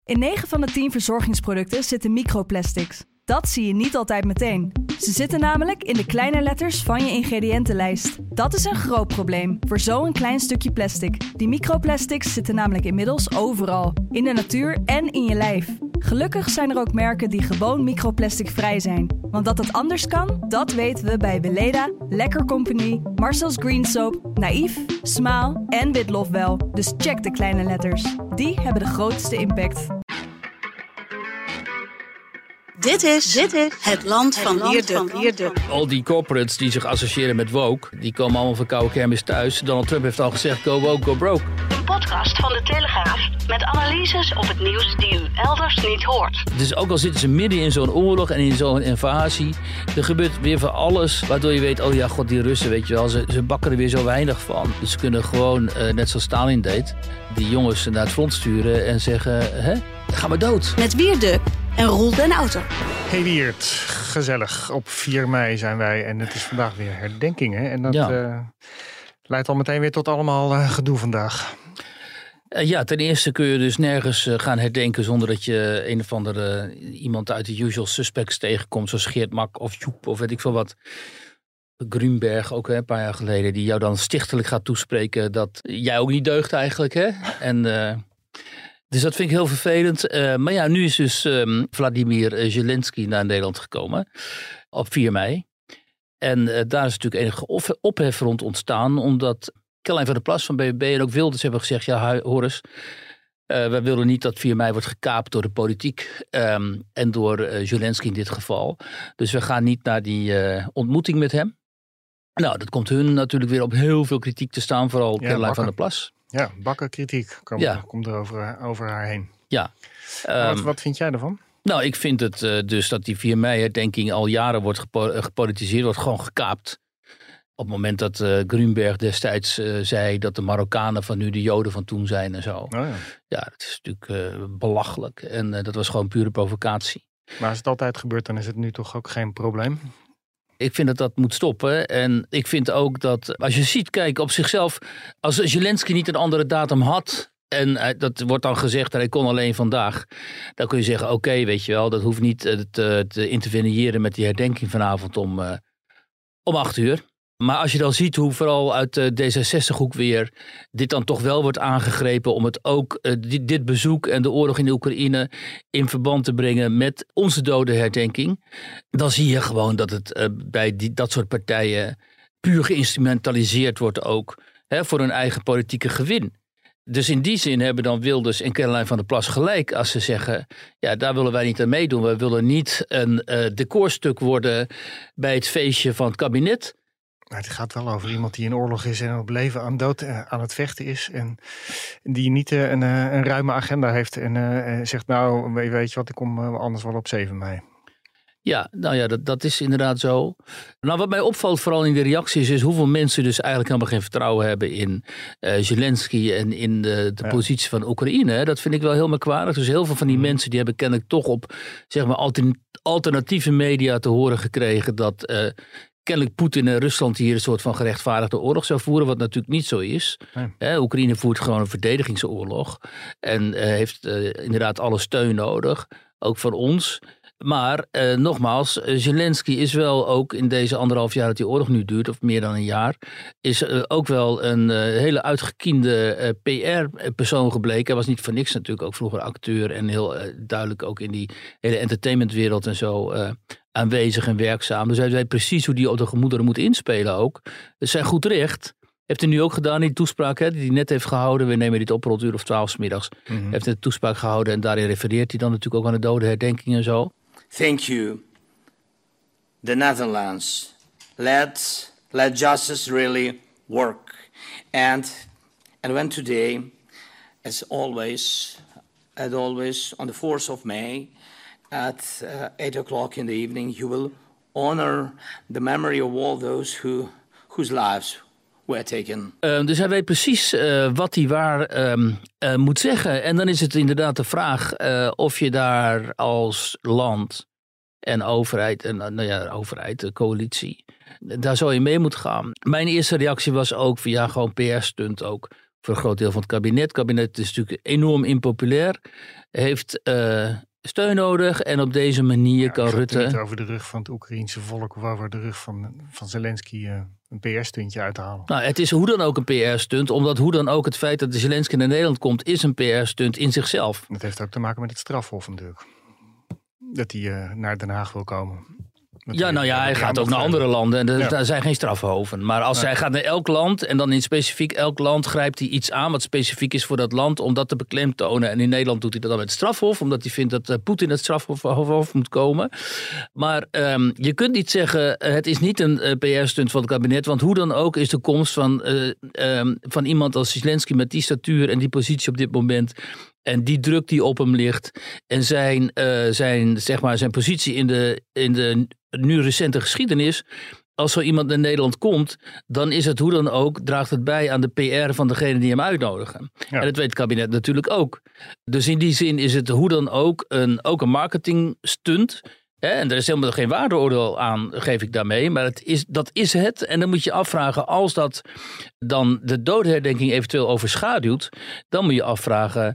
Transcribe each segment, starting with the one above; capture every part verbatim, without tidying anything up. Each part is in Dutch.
In negen van de tien verzorgingsproducten zitten microplastics. Dat zie je niet altijd meteen. Ze zitten namelijk in de kleine letters van je ingrediëntenlijst. Dat is een groot probleem voor zo'n klein stukje plastic. Die microplastics zitten namelijk inmiddels overal. In de natuur en in je lijf. Gelukkig zijn er ook merken die gewoon microplasticvrij zijn. Want dat het anders kan, dat weten we bij Weleda, Lekker Company, Marcel's Green Soap, Naïef, Smaal en Witlof wel. Dus check de kleine letters. Die hebben de grootste impact. Dit is, dit is het land van Wierde. Al die corporates die zich associëren met woke, die komen allemaal van koude kermis thuis. Donald Trump heeft al gezegd, go woke, go broke. Een podcast van de Telegraaf met analyses op het nieuws die u elders niet hoort. Dus ook al zitten ze midden in zo'n oorlog en in zo'n invasie, er gebeurt weer van alles waardoor je weet, oh ja, god, die Russen, weet je wel, ze, ze bakken er weer zo weinig van. Dus ze kunnen gewoon, uh, net zoals Stalin deed, die jongens naar het front sturen en zeggen, hè, ga maar dood. Met Wierde en Roel den Outer. Hey Wiert, gezellig. Op vier mei zijn wij en het is vandaag weer herdenkingen. En dat ja. uh, leidt al meteen weer tot allemaal uh, gedoe vandaag. Uh, ja, ten eerste kun je dus nergens uh, gaan herdenken zonder dat je een of andere uh, iemand uit de usual suspects tegenkomt. Zoals Geert Mak of Joep of weet ik veel wat. Grunberg ook hè, een paar jaar geleden. Die jou dan stichtelijk gaat toespreken dat jij ook niet deugt eigenlijk. Hè? En... Uh, Dus dat vind ik heel vervelend. Uh, maar ja, nu is dus um, Vladimir Zelensky naar Nederland gekomen. Op vier mei. En uh, daar is natuurlijk enige ophef rond ontstaan. Omdat Caroline van der Plas van B B B en ook Wilders hebben gezegd. Ja, hoor eens. Uh, wij willen niet dat vier mei wordt gekaapt door de politiek. Um, en door uh, Zelensky in dit geval. Dus we gaan niet naar die uh, ontmoeting met hem. Nou, dat komt hun natuurlijk weer op heel veel kritiek te staan. Vooral ja, Caroline van der Plas. Ja, bakken kritiek komt, ja. komt er over, over haar heen. Ja. Um, wat, wat vind jij ervan? Nou, ik vind het uh, dus dat die vier mei herdenking al jaren wordt gepo- gepolitiseerd, wordt gewoon gekaapt. Op het moment dat uh, Grunberg destijds uh, zei dat de Marokkanen van nu de Joden van toen zijn en zo. Oh ja. ja, dat is natuurlijk uh, belachelijk. En uh, dat was gewoon pure provocatie. Maar als het altijd gebeurt, dan is het nu toch ook geen probleem? Ik vind dat dat moet stoppen. En ik vind ook dat, als je ziet, kijk, op zichzelf, als Zelensky niet een andere datum had, en uh, dat wordt dan gezegd, hij kon alleen vandaag, dan kun je zeggen, oké, okay, weet je wel, dat hoeft niet uh, te, te interveneren met die herdenking vanavond om, uh, om acht uur. Maar als je dan ziet hoe vooral uit de D zesenzestig-hoek weer dit dan toch wel wordt aangegrepen om het ook, uh, dit, dit bezoek en de oorlog in de Oekraïne in verband te brengen met onze dodenherdenking, dan zie je gewoon dat het uh, bij die, dat soort partijen puur geïnstrumentaliseerd wordt ook hè, voor hun eigen politieke gewin. Dus in die zin hebben dan Wilders en Caroline van der Plas gelijk als ze zeggen, ja, daar willen wij niet aan meedoen. We willen niet een uh, decorstuk worden bij het feestje van het kabinet. Maar het gaat wel over iemand die in oorlog is en op leven aan dood uh, aan het vechten is. En die niet uh, een, uh, een ruime agenda heeft en uh, zegt, nou, weet je wat, ik kom uh, anders wel op zeven mei. Ja, nou ja, dat, dat is inderdaad zo. Nou, wat mij opvalt vooral in de reacties is hoeveel mensen dus eigenlijk helemaal geen vertrouwen hebben in uh, Zelensky en in de, de ja. positie van Oekraïne. Dat vind ik wel heel merkwaardig. Dus heel veel van die mm. mensen die hebben kennelijk toch op zeg maar alternatieve media te horen gekregen dat uh, kennelijk Poetin en Rusland hier een soort van gerechtvaardigde oorlog zou voeren, wat natuurlijk niet zo is. Nee. He, Oekraïne voert gewoon een verdedigingsoorlog en uh, heeft uh, inderdaad alle steun nodig, ook van ons. Maar uh, nogmaals, uh, Zelensky is wel ook in deze anderhalf jaar dat die oorlog nu duurt, of meer dan een jaar, is uh, ook wel een uh, hele uitgekiende uh, P R-persoon gebleken. Hij was niet voor niks natuurlijk ook vroeger acteur en heel uh, duidelijk ook in die hele entertainmentwereld en zo uh, aanwezig en werkzaam. Dus hij weet precies hoe die op de gemoederen moet inspelen ook. Dus zijn goed recht. Heeft hij nu ook gedaan in die toespraak hè, die hij net heeft gehouden. We nemen dit op rond uur of twaalf 's middags. Mm-hmm. Heeft hij de toespraak gehouden en daarin refereert hij dan natuurlijk ook aan de dodenherdenking en zo. Thank you, the Netherlands. Let, let justice really work. And, and when today, as always, as always, on the fourth of May, at uh, eight o'clock in the evening, you will honor the memory of all those who, whose lives were taken. Uh, dus hij weet precies uh, wat hij waar um, uh, moet zeggen. En dan is het inderdaad de vraag uh, of je daar als land en overheid, en nou ja, overheid, de coalitie, daar zo in mee moet gaan. Mijn eerste reactie was ook van ja, gewoon P R-stunt ook voor een groot deel van het kabinet. Het kabinet is natuurlijk enorm impopulair. Heeft uh, steun nodig en op deze manier ja, kan Rutte... niet over de rug van het Oekraïense volk of over de rug van, van Zelensky uh, een P R-stuntje uit te halen. Nou, het is hoe dan ook een P R-stunt, omdat hoe dan ook het feit dat de Zelensky naar Nederland komt is een P R-stunt in zichzelf. Dat heeft ook te maken met het strafhof natuurlijk. Dat hij uh, naar Den Haag wil komen. Met ja, nou ja, hij gaat ook naar andere landen en er, ja. daar zijn geen strafhoven. Maar als nee. hij gaat naar elk land en dan in specifiek elk land grijpt hij iets aan wat specifiek is voor dat land om dat te beklemtonen. En in Nederland doet hij dat dan met het strafhof, omdat hij vindt dat uh, Poetin het strafhof moet komen. Maar um, je kunt niet zeggen, uh, het is niet een uh, P R-stunt van het kabinet, want hoe dan ook is de komst van, uh, um, van iemand als Zelensky met die statuur en die positie op dit moment en die druk die op hem ligt en zijn, uh, zijn, zeg maar, zijn positie in de, in de nu recente geschiedenis. Als zo iemand naar Nederland komt, dan is het hoe dan ook, draagt het bij aan de P R van degene die hem uitnodigen. Ja. En dat weet het kabinet natuurlijk ook. Dus in die zin is het hoe dan ook een, ook een marketing stunt. Hè? En er is helemaal geen waardeoordeel aan, geef ik daarmee. Maar het is, dat is het. En dan moet je afvragen, als dat dan de dodenherdenking eventueel overschaduwt, dan moet je afvragen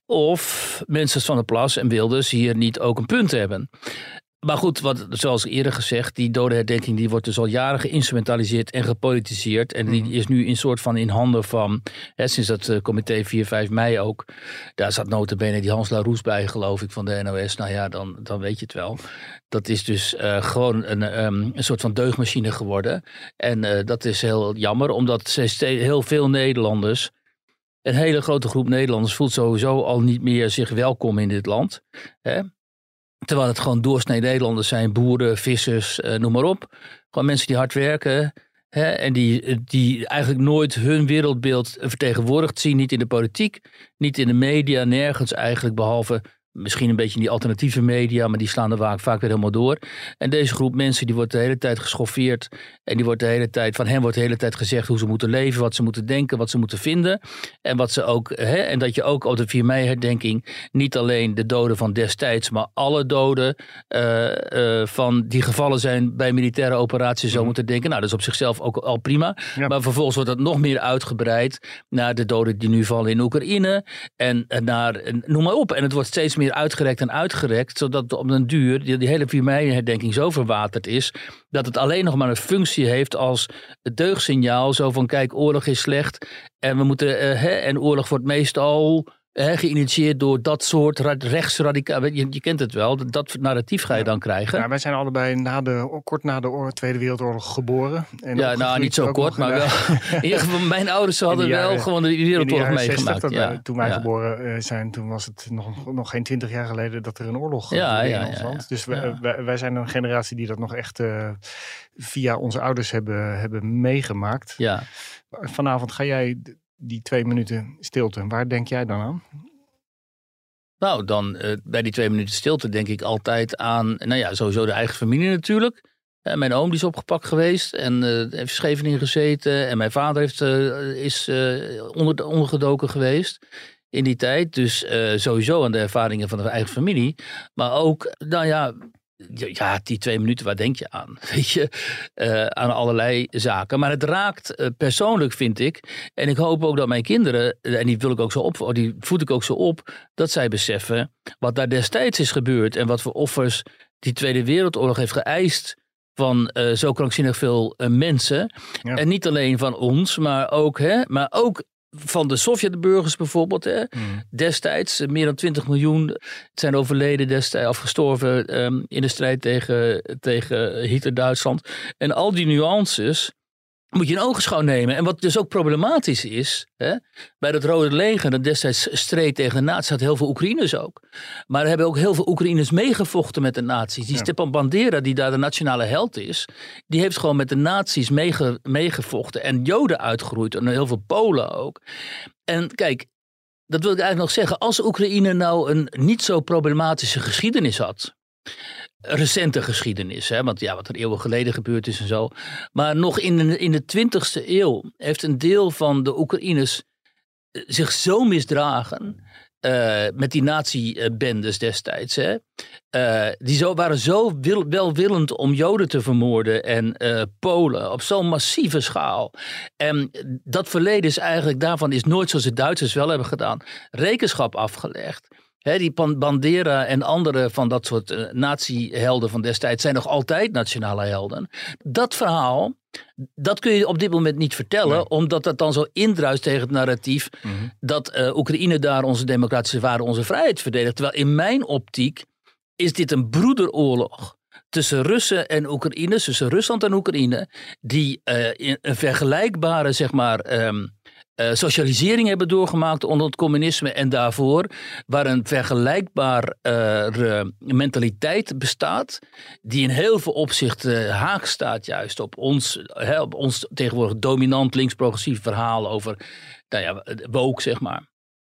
of mensen van der Plas en Wilders hier niet ook een punt hebben. Maar goed, wat, zoals eerder gezegd, die dodenherdenking die wordt dus al jaren geïnstrumentaliseerd en gepolitiseerd. En die is nu in soort van in handen van, hè, sinds dat uh, comité vier vijf mei ook. Daar zat nota bene die Hans Laroes bij, geloof ik, van de N O S. Nou ja, dan, dan weet je het wel. Dat is dus uh, gewoon een, um, een soort van deugdmachine geworden. En uh, dat is heel jammer, omdat ze heel veel Nederlanders, een hele grote groep Nederlanders voelt sowieso al niet meer zich welkom in dit land. Hè? Terwijl het gewoon doorsnee Nederlanders zijn, boeren, vissers, uh, noem maar op. Gewoon mensen die hard werken hè, en die, die eigenlijk nooit hun wereldbeeld vertegenwoordigd zien. Niet in de politiek, niet in de media, nergens eigenlijk, behalve misschien een beetje in die alternatieve media, maar die slaan er vaak, vaak weer helemaal door. En deze groep mensen die wordt de hele tijd geschoffeerd en die wordt de hele tijd, van hen wordt de hele tijd gezegd hoe ze moeten leven, wat ze moeten denken, wat ze moeten vinden. En wat ze ook, hè, en dat je ook op de vier mei herdenking niet alleen de doden van destijds, maar alle doden uh, uh, van die gevallen zijn bij militaire operaties zo moeten denken. Nou, dat is op zichzelf ook al prima. Ja. Maar vervolgens wordt dat nog meer uitgebreid naar de doden die nu vallen in Oekraïne en naar, noem maar op. En het wordt steeds meer uitgerekt en uitgerekt, zodat op den duur die, die hele vier mei herdenking zo verwaterd is, dat het alleen nog maar een functie heeft als deugdsignaal, zo van kijk, oorlog is slecht en we moeten, uh, hè, en oorlog wordt meestal He, geïnitieerd door dat soort rechtsradicaal. Je, je kent het wel, dat narratief ga je dan krijgen. Ja, wij zijn allebei na de, kort na de oorlog, Tweede Wereldoorlog geboren. En ja, nou niet zo kort, maar wel. In ieder geval, mijn ouders hadden jaren, wel gewoon de Wereldoorlog meegemaakt. zestig, ja. Toen wij ja. geboren zijn, toen was het nog, nog geen twintig jaar geleden dat er een oorlog was ja, in ja, ons ja, land. ja. Dus wij, ja. wij, wij zijn een generatie die dat nog echt uh, via onze ouders hebben, hebben meegemaakt. Ja. Vanavond ga jij die twee minuten stilte, waar denk jij dan aan? Nou, dan uh, bij die twee minuten stilte denk ik altijd aan, nou ja, sowieso de eigen familie natuurlijk. Uh, mijn oom die is opgepakt geweest en uh, heeft Scheveningen gezeten. En mijn vader heeft, uh, is uh, onder, ondergedoken geweest in die tijd. Dus uh, sowieso aan de ervaringen van de eigen familie. Maar ook, nou ja, ja, die twee minuten, waar denk je aan? Weet je, uh, aan allerlei zaken. Maar het raakt uh, persoonlijk, vind ik. En ik hoop ook dat mijn kinderen, en die wil ik ook zo op, die voed ik ook zo op, dat zij beseffen wat daar destijds is gebeurd en wat voor offers die Tweede Wereldoorlog heeft geëist van uh, zo krankzinnig veel uh, mensen. Ja. En niet alleen van ons, maar ook, hè, maar ook van de Sovjetburgers bijvoorbeeld. Hè. Mm. Destijds meer dan twintig miljoen zijn overleden destijds, afgestorven um, in de strijd tegen, tegen Hitler-Duitsland. En al die nuances moet je in ogenschouw nemen. En wat dus ook problematisch is, hè, bij dat Rode Leger dat destijds streed tegen de nazi's, had heel veel Oekraïners ook. Maar er hebben ook heel veel Oekraïners meegevochten met de nazi's. Die ja. Stepan Bandera, die daar de nationale held is, die heeft gewoon met de nazi's meege, meegevochten en Joden uitgeroeid. En heel veel Polen ook. En kijk, dat wil ik eigenlijk nog zeggen. Als Oekraïne nou een niet zo problematische geschiedenis had, recente geschiedenis, hè? Want ja, wat er eeuwen geleden gebeurd is en zo. Maar nog in de, in de twintigste eeuw heeft een deel van de Oekraïners zich zo misdragen uh, met die nazi-bendes destijds. Hè, uh, die zo, waren zo wil, welwillend om Joden te vermoorden en uh, Polen op zo'n massieve schaal. En dat verleden is eigenlijk daarvan is nooit zoals de Duitsers wel hebben gedaan, rekenschap afgelegd. He, die Bandera en andere van dat soort uh, nazi-helden van destijds zijn nog altijd nationale helden. Dat verhaal, dat kun je op dit moment niet vertellen, nee. Omdat dat dan zo indruist tegen het narratief mm-hmm. dat uh, Oekraïne daar onze democratische waarden, onze vrijheid verdedigt. Terwijl in mijn optiek is dit een broederoorlog tussen Russen en Oekraïne, tussen Rusland en Oekraïne, die uh, in een vergelijkbare, zeg maar, um, Uh, socialisering hebben doorgemaakt onder het communisme en daarvoor, waar een vergelijkbare uh, mentaliteit bestaat, die in heel veel opzichten haak staat juist op ons, hè, op ons tegenwoordig dominant links-progressief verhaal over, nou ja, woke, zeg maar.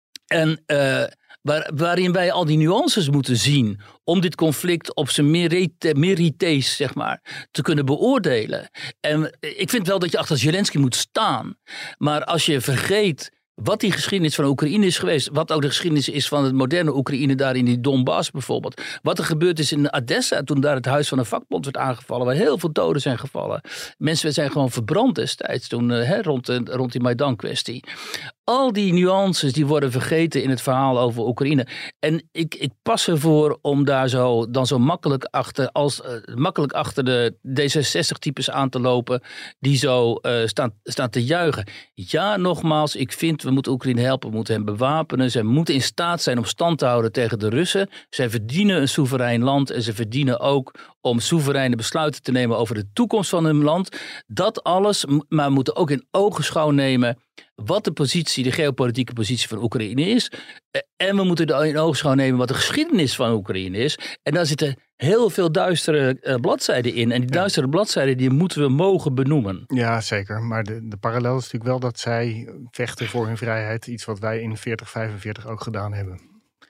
En uh, waar, waarin wij al die nuances moeten zien om dit conflict op zijn merites, zeg maar, te kunnen beoordelen. En ik vind wel dat je achter Zelensky moet staan. Maar als je vergeet wat die geschiedenis van Oekraïne is geweest, wat ook de geschiedenis is van het moderne Oekraïne daar in die Donbass bijvoorbeeld. Wat er gebeurd is in Odessa toen daar het huis van een vakbond werd aangevallen, waar heel veel doden zijn gevallen. Mensen zijn gewoon verbrand destijds toen, hè, rond, de, rond die Maidan-kwestie. Al die nuances die worden vergeten in het verhaal over Oekraïne. En ik, ik pas ervoor om daar zo, dan zo makkelijk achter, als, uh, makkelijk achter de D zesenzestig-types aan te lopen die zo uh, staan, staan te juichen. Ja, nogmaals, ik vind we moeten Oekraïne helpen, we moeten hen bewapenen. Zij moeten in staat zijn om stand te houden tegen de Russen. Zij verdienen een soeverein land en ze verdienen ook om soevereine besluiten te nemen over de toekomst van hun land. Dat alles, maar we moeten ook in ogenschouw nemen wat de positie, de geopolitieke positie van Oekraïne is. En we moeten in ogenschouw nemen wat de geschiedenis van Oekraïne is. En daar zitten heel veel duistere uh, bladzijden in. En die duistere ja. bladzijden die moeten we mogen benoemen. Ja, zeker. Maar de, de parallel is natuurlijk wel dat zij vechten voor hun vrijheid. Iets wat wij in veertig vijfenveertig ook gedaan hebben.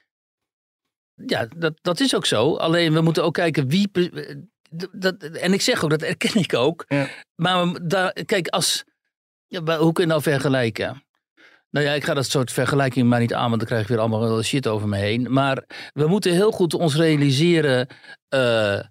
Ja, dat, dat is ook zo. Alleen we moeten ook kijken wie... Dat, en ik zeg ook, dat erken ik ook. Ja. Maar daar, kijk, als... Ja, hoe kun je nou vergelijken? Nou ja, ik ga dat soort vergelijking maar niet aan, want dan krijg ik weer allemaal shit over me heen. Maar we moeten heel goed ons realiseren, uh,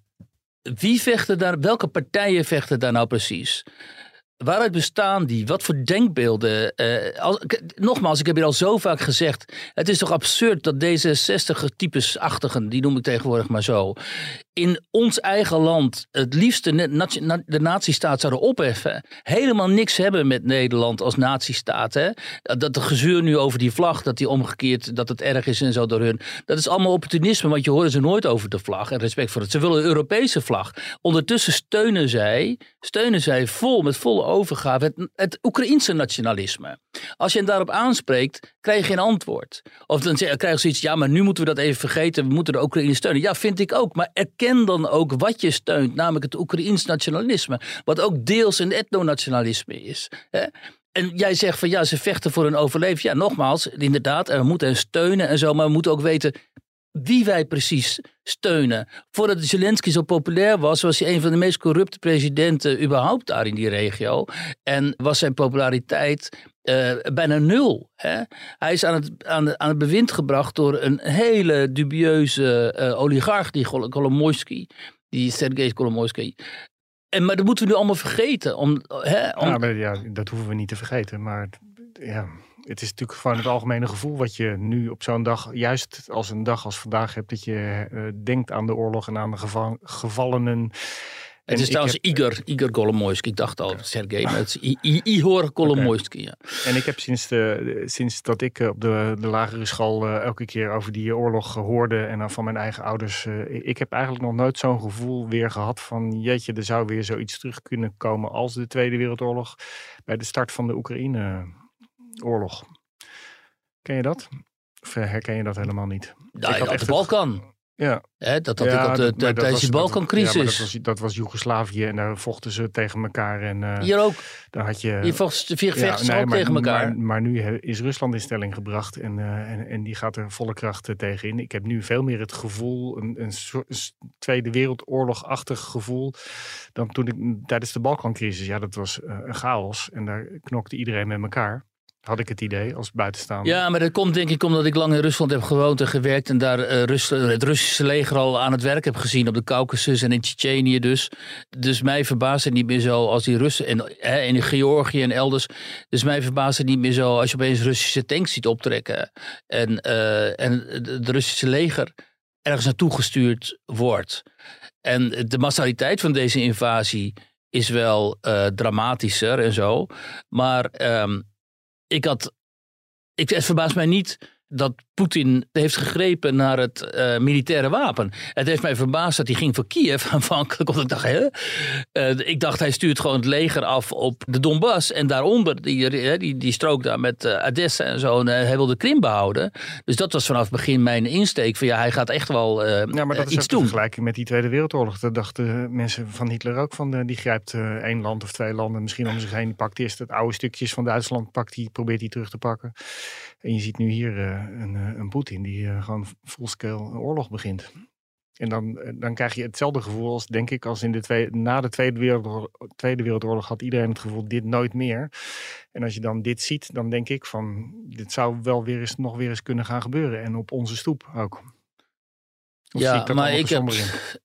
wie vechten daar, welke partijen vechten daar nou precies? Waaruit bestaan die? Wat voor denkbeelden? Uh, als, nogmaals, ik heb hier al zo vaak gezegd, het is toch absurd dat D zesenzestig-types-achtigen, die noem ik tegenwoordig maar zo, in ons eigen land het liefste de nazistaat zouden opheffen. Helemaal niks hebben met Nederland als nazistaat. Hè? Dat de gezeur nu over die vlag, dat die omgekeerd, dat het erg is en zo door hun. Dat is allemaal opportunisme, want je hoort ze nooit over de vlag. En respect voor het. Ze willen een Europese vlag. Ondertussen steunen zij, steunen zij vol, met volle overgave, het, het Oekraïense nationalisme. Als je hen daarop aanspreekt, krijg je geen antwoord. Of dan krijg je zoiets, ja, maar nu moeten we dat even vergeten, we moeten de Oekraïne steunen. Ja, vind ik ook, maar erken dan ook wat je steunt, namelijk het Oekraïens nationalisme, wat ook deels een etnonationalisme is. Hè? En jij zegt van ja, ze vechten voor hun overleven. Ja, nogmaals, inderdaad, en we moeten hen steunen en zo, maar we moeten ook weten wie wij precies steunen. Voordat Zelensky zo populair was, was hij een van de meest corrupte presidenten überhaupt daar in die regio. En was zijn populariteit uh, bijna nul. Hè? Hij is aan het, aan, aan het bewind gebracht door een hele dubieuze uh, oligarch, die Kolomoisky, die Sergej Kolomoisky. En, maar dat moeten we nu allemaal vergeten. Om, hè, om... Ja, maar ja, dat hoeven we niet te vergeten. Maar ja, het is natuurlijk gewoon het algemene gevoel wat je nu op zo'n dag, juist als een dag als vandaag hebt, dat je uh, denkt aan de oorlog en aan de geva- gevallenen. En het is trouwens heb, Igor, Igor Kolomoisky. Ik dacht al, Sergej, maar het is I- I- Ihor Kolomoisky. Okay. Ja. En ik heb sinds, de, sinds dat ik op de, de lagere school uh, elke keer over die oorlog hoorde en dan van mijn eigen ouders. Uh, ik heb eigenlijk nog nooit zo'n gevoel weer gehad van jeetje, er zou weer zoiets terug kunnen komen als de Tweede Wereldoorlog bij de start van de Oekraïne-oorlog. Ken je dat? Of herken je dat helemaal niet? Ja, ik had echt de Balkan. Ja. Hè, dat had ja, ik op de, de, tijdens de Balkancrisis. Ja, maar dat was, dat was Joegoslavië en daar vochten ze tegen elkaar. En, uh, Hier ook. Daar had je, Hier vochten vier vechten ja, nee, ook maar, tegen elkaar. Maar, maar nu is Rusland in stelling gebracht en, uh, en, en die gaat er volle kracht uh, tegen in. Ik heb nu veel meer het gevoel, een, een, soort, een Tweede Wereldoorlog-achtig gevoel, dan toen ik tijdens de Balkancrisis. Ja, dat was uh, een chaos en daar knokte iedereen met elkaar. Had ik het idee als buitenstaander. Ja, maar dat komt denk ik omdat ik lang in Rusland heb gewoond en gewerkt. En daar uh, Rus- het Russische leger al aan het werk heb gezien op de Caucasus en in Tsjetsjenië dus. Dus mij verbaast het niet meer zo als die Russen, en hè, in Georgië en elders. Dus mij verbaast het niet meer zo als je opeens Russische tanks ziet optrekken. En, uh, en het Russische leger ergens naartoe gestuurd wordt. En de massaliteit van deze invasie is wel uh, dramatischer en zo. Maar um, ik had... Ik, het verbaast mij niet dat Poetin heeft gegrepen naar het uh, militaire wapen. Het heeft mij verbaasd dat hij ging voor Kiev aanvankelijk. Omdat ik dacht, hè? Uh, ik dacht, hij stuurt gewoon het leger af op de Donbass. En daaronder, die, die, die strook daar met uh, Odessa en zo. En uh, hij wilde Krim behouden. Dus dat was vanaf het begin mijn insteek. Van ja, hij gaat echt wel uh, ja, maar dat uh, is iets ook doen. in vergelijking met die Tweede Wereldoorlog. Daar dachten mensen van Hitler ook van. Uh, die grijpt uh, één land of twee landen misschien om zich heen. Die pakt eerst het oude stukjes van Duitsland. Pakt die, probeert die terug te pakken. En je ziet nu hier uh, een, een Poetin die uh, gewoon full-scale oorlog begint. En dan, dan krijg je hetzelfde gevoel als, denk ik, als in de tweede, na de Tweede Wereldoorlog, Tweede Wereldoorlog had iedereen het gevoel, dit nooit meer. En als je dan dit ziet, dan denk ik van, dit zou wel weer eens, nog weer eens kunnen gaan gebeuren. En op onze stoep ook. Of ja, zie ik dat maar ik heb...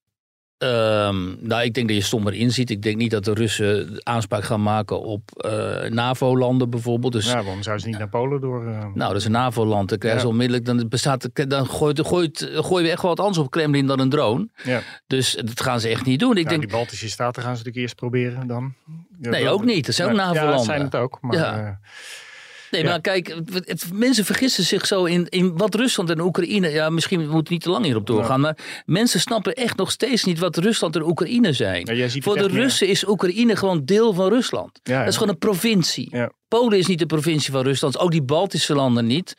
Um, nou, ik denk dat je somber inziet. Ik denk niet dat de Russen aanspraak gaan maken op uh, NAVO-landen bijvoorbeeld. Dus, ja, waarom zou ze niet naar Polen door? Uh, nou, dat is een NAVO-land. Dan krijgen ze ja. onmiddellijk, dan bestaat, dan gooit, gooit, gooien we echt wel wat anders op Kremlin dan een drone. Ja. Dus dat gaan ze echt niet doen. Ik nou, denk, die Baltische Staten gaan ze natuurlijk eerst proberen dan. Ja, nee, ook niet. Dat zijn ook NAVO-landen. Ja, dat zijn het ook. Maar, ja. uh, Nee, ja. maar kijk, het, het, mensen vergissen zich zo in, in wat Rusland en Oekraïne... Ja, misschien moeten we niet te lang hierop doorgaan... Ja. maar mensen snappen echt nog steeds niet wat Rusland en Oekraïne zijn. Ja, Voor de Russen meer. is Oekraïne gewoon deel van Rusland. Ja, ja. Dat is gewoon een provincie. Ja. Polen is niet de provincie van Rusland, ook die Baltische landen niet...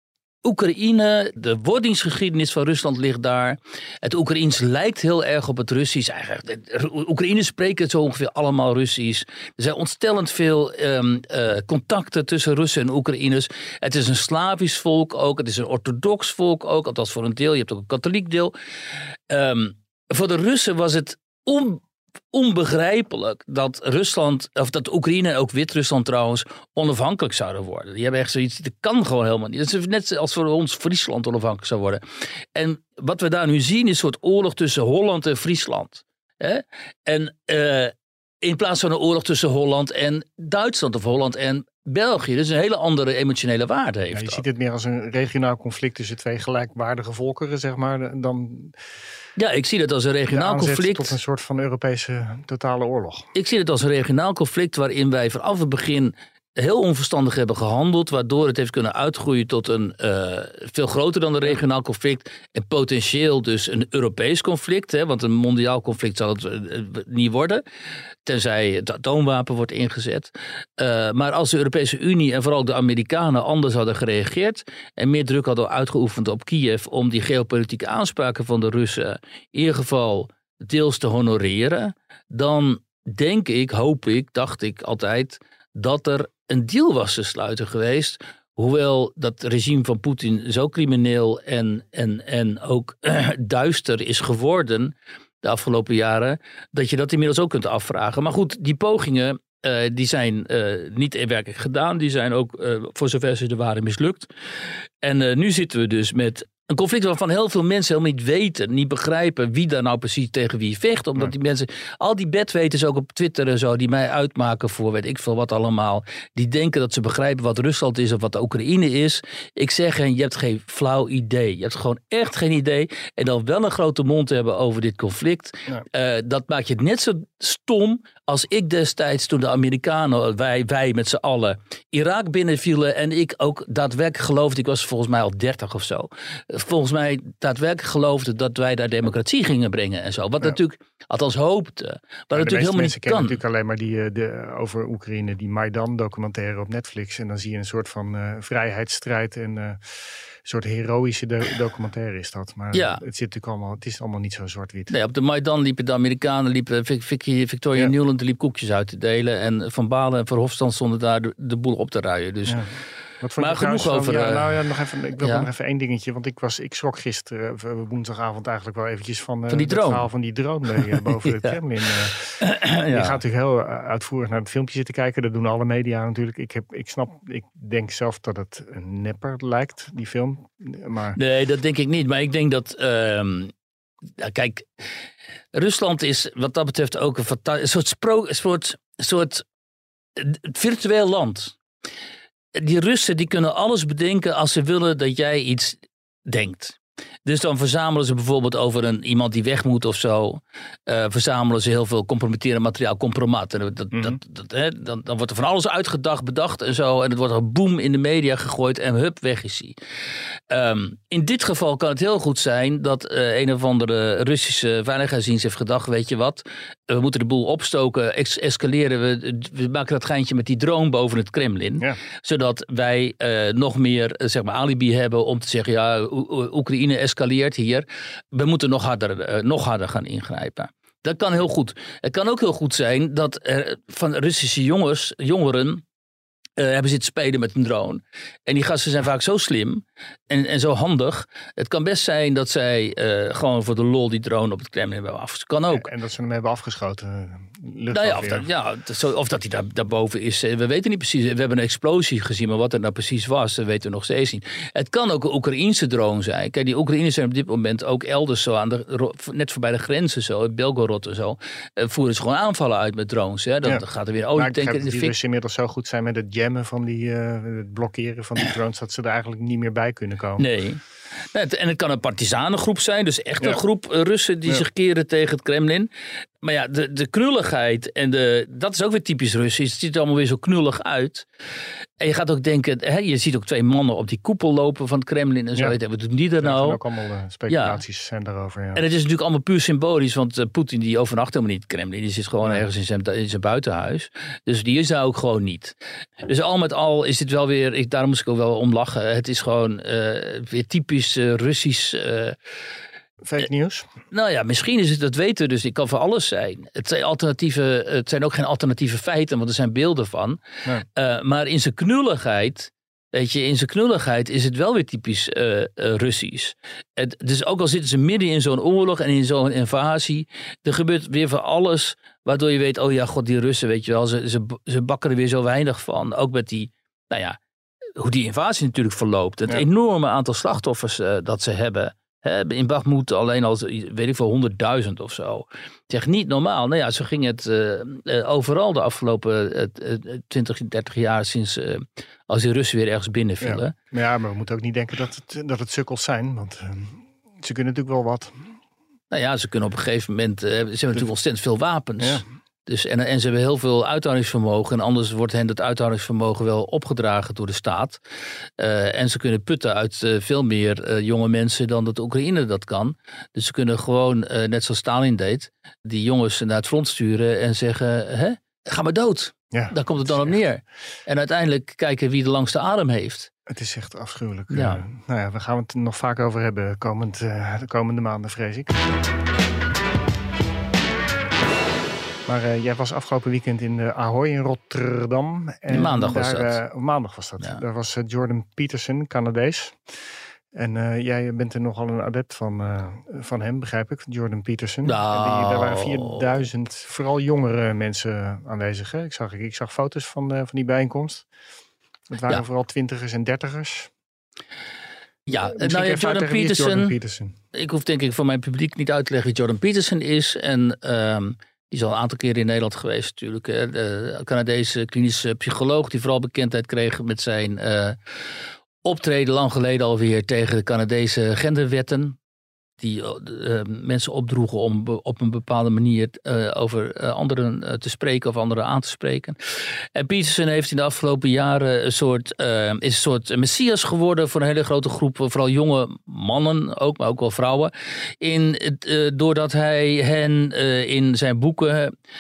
Oekraïne, de wordingsgeschiedenis van Rusland ligt daar. Het Oekraïens lijkt heel erg op het Russisch. Eigenlijk, Oekraïners spreken het zo ongeveer allemaal Russisch. Er zijn ontstellend veel um, uh, contacten tussen Russen en Oekraïners. Het is een Slavisch volk ook. Het is een orthodox volk ook. Althans voor een deel. Je hebt ook een katholiek deel. Um, voor de Russen was het on onbegrijpelijk dat Rusland, of dat Oekraïne en ook Wit-Rusland trouwens, onafhankelijk zouden worden. Die hebben echt zoiets, dat kan gewoon helemaal niet. Dat is net als voor ons Friesland onafhankelijk zou worden. En wat we daar nu zien is een soort oorlog tussen Holland en Friesland. Hè? En uh, in plaats van een oorlog tussen Holland en Duitsland of Holland en België. Dus een hele andere emotionele waarde heeft. Ja, je dat. ziet het meer als een regionaal conflict tussen twee gelijkwaardige volkeren, zeg maar, dan... Ja, ik zie het als een regionaal conflict. Tot een soort van Europese totale oorlog. Ik zie het als een regionaal conflict waarin wij vanaf het begin heel onverstandig hebben gehandeld, waardoor het heeft kunnen uitgroeien tot een uh, veel groter dan een regionaal conflict en potentieel dus een Europees conflict, hè, want een mondiaal conflict zal het uh, niet worden, tenzij het atoomwapen wordt ingezet. Uh, maar als de Europese Unie en vooral de Amerikanen anders hadden gereageerd en meer druk hadden uitgeoefend op Kiev om die geopolitieke aanspraken van de Russen in ieder geval deels te honoreren, dan denk ik, hoop ik, dacht ik altijd, dat er een deal was te sluiten geweest. Hoewel dat regime van Poetin zo crimineel en, en, en ook uh, duister is geworden de afgelopen jaren, dat je dat inmiddels ook kunt afvragen. Maar goed, die pogingen uh, die zijn uh, niet werkelijk gedaan. Die zijn ook, uh, voor zover ze er waren, mislukt. En uh, nu zitten we dus met een conflict waarvan heel veel mensen helemaal niet weten, niet begrijpen wie daar nou precies tegen wie vecht. Omdat ja. die mensen, al die bedweters ook op Twitter en zo, die mij uitmaken voor weet ik veel wat allemaal. Die denken dat ze begrijpen wat Rusland is of wat de Oekraïne is. Ik zeg hen, je hebt geen flauw idee. Je hebt gewoon echt geen idee. En dan wel een grote mond hebben over dit conflict. Ja. Uh, dat maakt je net zo stom als ik destijds toen de Amerikanen, wij, wij met z'n allen, Irak binnenvielen en ik ook daadwerkelijk geloofde, ik was volgens mij al dertig of zo, volgens mij daadwerkelijk geloofde dat wij daar democratie gingen brengen en zo. Wat ja. natuurlijk, althans hoopte, maar ja, natuurlijk helemaal niet kan. Kennen natuurlijk alleen maar die de, over Oekraïne, die Maidan documentaire op Netflix en dan zie je een soort van uh, vrijheidsstrijd en uh, een soort heroïsche do- documentaire is dat. Maar ja. het zit natuurlijk allemaal, het is allemaal niet zo zwart-wit. Nee, op de Maidan liepen de Amerikanen, liepen Vicky, Victoria ja. Nuland liep koekjes uit te delen en Van Balen en Verhofstadt stonden daar de, de boel op te ruien. Dus ja. Wat vond Maar je trouwens genoeg van- over, Ja, eh, nou ja, nog even, ik wil ja. nog even één dingetje. Want ik, was, ik schrok gisteren, uh, woensdagavond eigenlijk wel eventjes van, uh, Van die het drone. verhaal van die drone uh, boven het Ja. Kremlin. Uh, ja. Je gaat natuurlijk heel uh, uitvoerig naar het filmpje zitten kijken. Dat doen alle media natuurlijk. Ik, heb, ik snap, ik denk zelf dat het een nepper lijkt, die film. Maar Nee, dat denk ik niet. Maar ik denk dat... ehm, ja, kijk, Rusland is wat dat betreft ook een, fanta- een soort, spro- een soort, een soort virtueel land. Die Russen die kunnen alles bedenken als ze willen dat jij iets denkt. Dus dan verzamelen ze bijvoorbeeld over een, iemand die weg moet of zo. Uh, verzamelen ze heel veel compromitterend materiaal, compromat. En dat, Mm-hmm. dat, dat, hè, dan, dan wordt er van alles uitgedacht, bedacht en zo. En het wordt er boem in de media gegooid en hup, weg is hij. Um, in dit geval kan het heel goed zijn dat uh, een of andere Russische veiligheidsdienst heeft gedacht, weet je wat, we moeten de boel opstoken, ex- escaleren. We, we maken dat geintje met die drone boven het Kremlin. ja. Zodat wij uh, nog meer uh, zeg maar alibi hebben om te zeggen, ja, o- Oekraïne escaleert hier. We moeten nog harder, uh, nog harder gaan ingrijpen. Dat kan heel goed. Het kan ook heel goed zijn dat er van Russische jongens, jongeren Uh, hebben zitten spelen met een drone. En die gasten zijn vaak zo slim en, en zo handig. Het kan best zijn dat zij uh, gewoon voor de lol die drone op het Kremlin hebben afgeschoten. Kan ook. En dat ze hem hebben afgeschoten. Nou ja, of, dat, ja, of dat hij daar, daarboven is. We weten niet precies. We hebben een explosie gezien, maar wat er nou precies was, dat weten we nog steeds niet. Het kan ook een Oekraïense drone zijn. Kijk, die Oekraïners zijn op dit moment ook elders zo, aan de, net voorbij de grenzen zo, Belgorod en zo, uh, voeren ze gewoon aanvallen uit met drones. Hè. Dan ja. gaat er weer olie olie tanken in de die fik. Russen inmiddels zo goed zijn met het jammen van die, uh, het blokkeren van die drones, dat ze er eigenlijk niet meer bij kunnen komen. Nee. En het kan een partizanengroep zijn, dus echt een ja. groep Russen die ja. zich keren tegen het Kremlin. Maar ja, de, de knulligheid en de, dat is ook weer typisch Russisch. Het ziet er allemaal weer zo knullig uit. En je gaat ook denken, hè, je ziet ook twee mannen op die koepel lopen van het Kremlin en zo. Ja. Wat doen die daar nou? Er zijn ook allemaal uh, speculaties ja. zijn daarover. Ja. En het is natuurlijk allemaal puur symbolisch, want uh, Poetin die overnacht helemaal niet in het Kremlin. Die zit gewoon ja. ergens in zijn, in zijn buitenhuis. Dus die is daar ook gewoon niet. Dus al met al is dit wel weer, ik, daarom moest ik ook wel om lachen. Het is gewoon uh, weer typisch uh, Russisch. Uh, Fake nieuws? Uh, nou ja, misschien is het, dat weten we dus, het kan voor alles zijn. Het zijn, alternatieve, het zijn ook geen alternatieve feiten, want er zijn beelden van. Ja. Uh, maar in zijn knulligheid, weet je, in zijn knulligheid is het wel weer typisch uh, uh, Russisch. Het, dus ook al zitten ze midden in zo'n oorlog en in zo'n invasie, er gebeurt weer van alles, waardoor je weet, oh ja, god, die Russen, weet je wel, ze, ze, ze bakken er weer zo weinig van. Ook met die, nou ja, hoe die invasie natuurlijk verloopt. Het ja. enorme aantal slachtoffers uh, dat ze hebben. He, in Bakhmut alleen al, weet ik veel, honderdduizend of zo. Zeg, niet normaal. Nou ja, zo ging het uh, uh, overal de afgelopen uh, uh, twintig, dertig jaar sinds uh, als die Russen weer ergens binnenvielen. Ja. Ja, maar we moeten ook niet denken dat het, dat het sukkels zijn. Want uh, ze kunnen natuurlijk wel wat. Nou ja, ze kunnen op een gegeven moment, uh, ze hebben natuurlijk ontzettend veel wapens. Ja. Dus, en, en ze hebben heel veel uithoudingsvermogen. En anders wordt hen dat uithoudingsvermogen wel opgedragen door de staat. Uh, en ze kunnen putten uit uh, veel meer uh, jonge mensen dan dat Oekraïne dat kan. Dus ze kunnen gewoon, uh, net zoals Stalin deed, die jongens naar het front sturen en zeggen, hè, ga maar dood. Ja, daar komt het dan op neer. En uiteindelijk kijken wie de langste adem heeft. Het is echt afschuwelijk. Ja. Uh, nou ja, we gaan het nog vaak over hebben komend, uh, de komende maanden, vrees ik. Maar uh, jij was afgelopen weekend in de Ahoy in Rotterdam. En maandag was daar, dat. Uh, maandag was dat. Ja. Daar was uh, Jordan Peterson, Canadees. En uh, jij bent er nogal een adept van, uh, van hem, begrijp ik. Jordan Peterson. Nou. En die, daar waren vierduizend, vooral jongere mensen aanwezig. Hè? Ik, zag, ik zag foto's van, uh, van die bijeenkomst. Het waren ja. vooral twintigers en dertigers. Ja, uh, nou ja, Jordan Peterson, Jordan Peterson. Ik hoef denk ik voor mijn publiek niet uit te leggen wie Jordan Peterson is. En... Um, die is al een aantal keren in Nederland geweest natuurlijk. De Canadese klinische psycholoog die vooral bekendheid kreeg met zijn uh, optreden lang geleden alweer tegen de Canadese genderwetten. Die uh, mensen opdroegen om op een bepaalde manier uh, over uh, anderen uh, te spreken of anderen aan te spreken. En Peterson heeft in de afgelopen jaren een soort, uh, is een soort messias geworden voor een hele grote groep, vooral jonge mannen ook, maar ook wel vrouwen. In, uh, doordat hij hen uh, in zijn boeken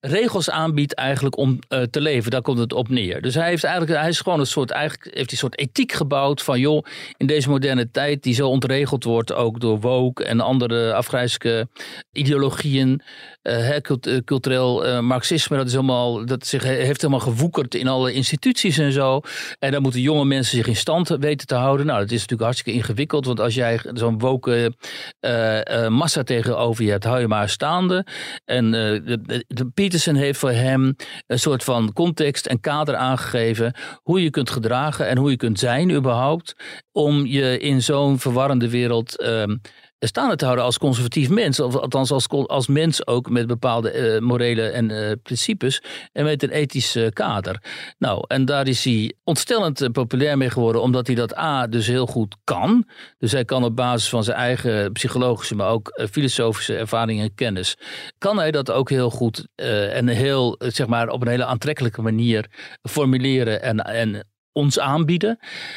regels aanbiedt eigenlijk om uh, te leven. Daar komt het op neer. Dus hij heeft eigenlijk, hij is gewoon een soort, eigenlijk heeft hij een soort ethiek gebouwd van joh, in deze moderne tijd die zo ontregeld wordt ook door woke en andere afgrijzelijke ideologieën, uh, cult, cultureel uh, marxisme, dat is helemaal, dat zich, heeft helemaal gewoekerd in alle instituties en zo. En daar moeten jonge mensen zich in stand weten te houden. Nou, dat is natuurlijk hartstikke ingewikkeld, want als jij zo'n woke uh, uh, massa tegenover je hebt, hou je maar staande. En uh, de, de, de Peterson heeft voor hem een soort van context en kader aangegeven hoe je kunt gedragen en hoe je kunt zijn überhaupt om je in zo'n verwarrende wereld um, staande te houden als conservatief mens. Of althans als, als mens ook met bepaalde uh, morele en uh, principes en met een ethisch uh, kader. Nou, en daar is hij ontstellend uh, populair mee geworden omdat hij dat A dus heel goed kan. Dus hij kan op basis van zijn eigen psychologische, maar ook uh, filosofische ervaring en kennis, kan hij dat ook heel goed uh, en heel, uh, zeg maar, op een hele aantrekkelijke manier formuleren en, en ons aanbieden.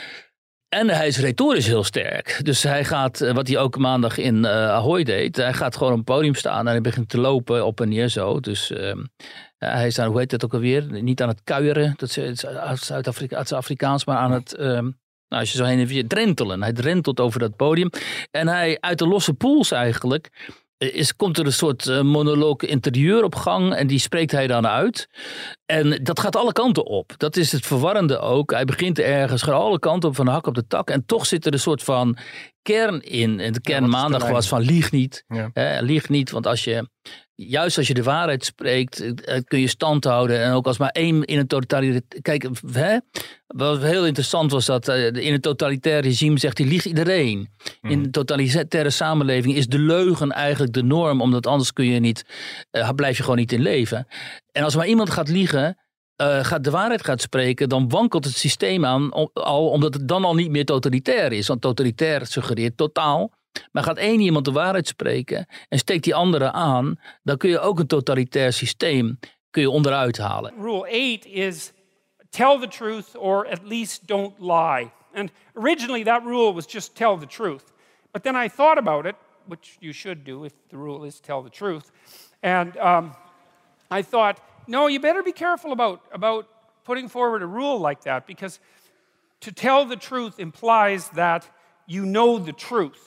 En hij is retorisch heel sterk. Dus hij gaat, wat hij ook maandag in uh, Ahoy deed, hij gaat gewoon op een podium staan en hij begint te lopen op en neer zo. Dus uh, hij is aan, hoe heet dat ook alweer? Niet aan het kuieren, dat is Zuid-Afrikaans, maar aan het, uh, nou, als je zo heen en weer, drentelen. Hij drentelt over dat podium. En hij, uit de losse pools eigenlijk, Is, komt er een soort uh, monoloog interieur op gang en die spreekt hij dan uit. En dat gaat alle kanten op. Dat is het verwarrende ook. Hij begint ergens, gaat alle kanten op van de hak op de tak. En toch zit er een soort van kern in. En de kern ja, maandag was van lieg niet. Ja. Hè, lieg niet, want als je, juist als je de waarheid spreekt, kun je stand houden. En ook als maar één in een totalitaire... Kijk, hè? Wat heel interessant was dat in een totalitair regime zegt hij liegt iedereen. Mm. In een totalitaire samenleving is de leugen eigenlijk de norm, omdat anders kun je niet, uh, blijf je gewoon niet in leven. En als maar iemand gaat liegen, uh, gaat de waarheid gaat spreken, dan wankelt het systeem aan, om, al, omdat het dan al niet meer totalitair is. Want totalitair suggereert totaal. Maar gaat één iemand de waarheid spreken en steekt die andere aan, dan kun je ook een totalitair systeem kun je onderuit halen. Rule eight is tell the truth or at least don't lie. And originally that rule was just tell the truth. But then I thought about it, which you should do if the rule is tell the truth. And um, I thought, no, you better be careful about, about putting forward a rule like that, because to tell the truth implies that you know the truth.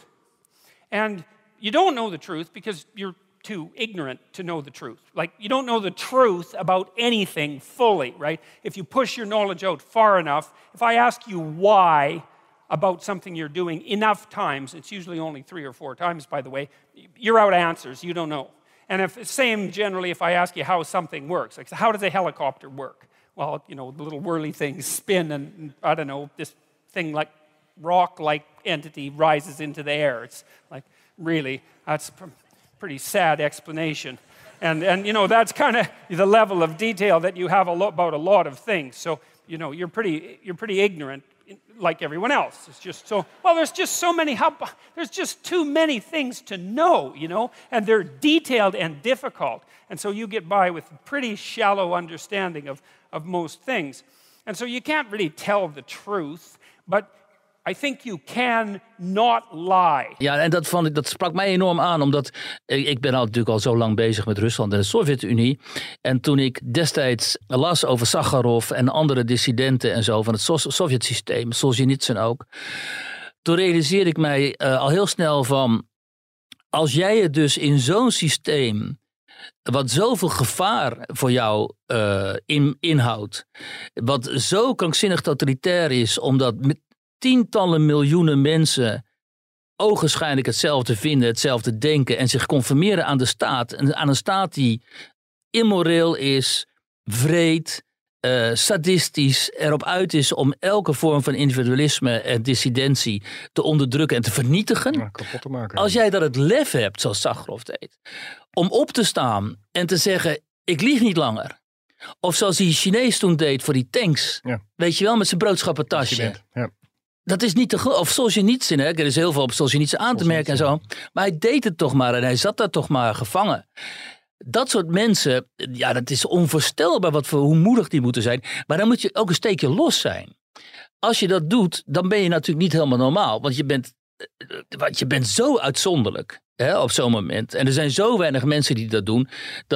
And you don't know the truth because you're too ignorant to know the truth. Like, you don't know the truth about anything fully, right? If you push your knowledge out far enough, if I ask you why about something you're doing enough times, it's usually only three or four times, by the way, you're out answers, you don't know. And if same generally if I ask you how something works, like how does a helicopter work? Well, you know, the little whirly things spin and, I don't know, this thing like rock-like entity rises into the air. It's like, really, that's a pretty sad explanation. And, and you know, that's kind of the level of detail that you have a lot about a lot of things. So, you know, you're pretty, you're pretty ignorant like everyone else. It's just so, well, there's just so many, how, there's just too many things to know, you know, and they're detailed and difficult. And so you get by with pretty shallow understanding of, of most things. And so you can't really tell the truth, but I think you can not lie. Ja, en dat, vond ik, dat sprak mij enorm aan, omdat ik, ik ben al natuurlijk al zo lang bezig met Rusland en de Sovjet-Unie. En toen ik destijds las over Sakharov en andere dissidenten en zo van het so- Sovjet-systeem, Solzhenitsyn ook, toen realiseerde ik mij uh, al heel snel van, als jij het dus in zo'n systeem, wat zoveel gevaar voor jou uh, in, inhoudt, wat zo krankzinnig totalitair is, omdat met tientallen miljoenen mensen ogenschijnlijk hetzelfde vinden, hetzelfde denken en zich conformeren aan de staat. En aan een staat die immoreel is, wreed, uh, sadistisch, erop uit is om elke vorm van individualisme en dissidentie te onderdrukken en te vernietigen. Ja, kapot te maken. Als jij dat het lef hebt, zoals Sakharov deed, om op te staan en te zeggen, ik lieg niet langer. Of zoals die Chinees toen deed voor die tanks. Ja. Weet je wel, met zijn boodschappentasje. Ja. Dat is niet te geloven. Of Solzhenitsyn, hè? Er is heel veel op Solzhenitsyn aan te merken en zo. Maar hij deed het toch maar en hij zat daar toch maar gevangen. Dat soort mensen, ja, dat is onvoorstelbaar wat voor, hoe moedig die moeten zijn. Maar dan moet je ook een steekje los zijn. Als je dat doet, dan ben je natuurlijk niet helemaal normaal. Want je bent, want je bent zo uitzonderlijk, hè, op zo'n moment. En er zijn zo weinig mensen die dat doen, dat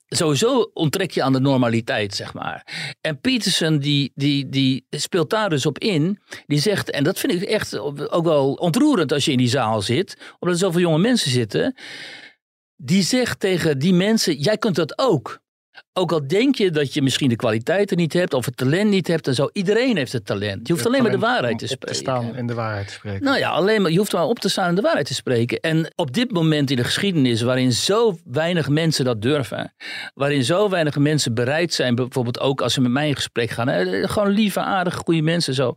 sowieso onttrek je aan de normaliteit, zeg maar. En Peterson die, die, die speelt daar dus op in. Die zegt, en dat vind ik echt ook wel ontroerend als je in die zaal zit, omdat er zoveel jonge mensen zitten. Die zegt tegen die mensen, jij kunt dat ook. Ook al denk je dat je misschien de kwaliteiten niet hebt of het talent niet hebt en zo. Iedereen heeft het talent. Je hoeft alleen maar de waarheid te spreken. Op te staan en de waarheid te spreken. Nou ja, alleen maar, je hoeft maar op te staan en de waarheid te spreken. En op dit moment in de geschiedenis waarin zo weinig mensen dat durven. Waarin zo weinig mensen bereid zijn, bijvoorbeeld ook als ze met mij in gesprek gaan. Hè, gewoon lieve, aardige, goede mensen zo.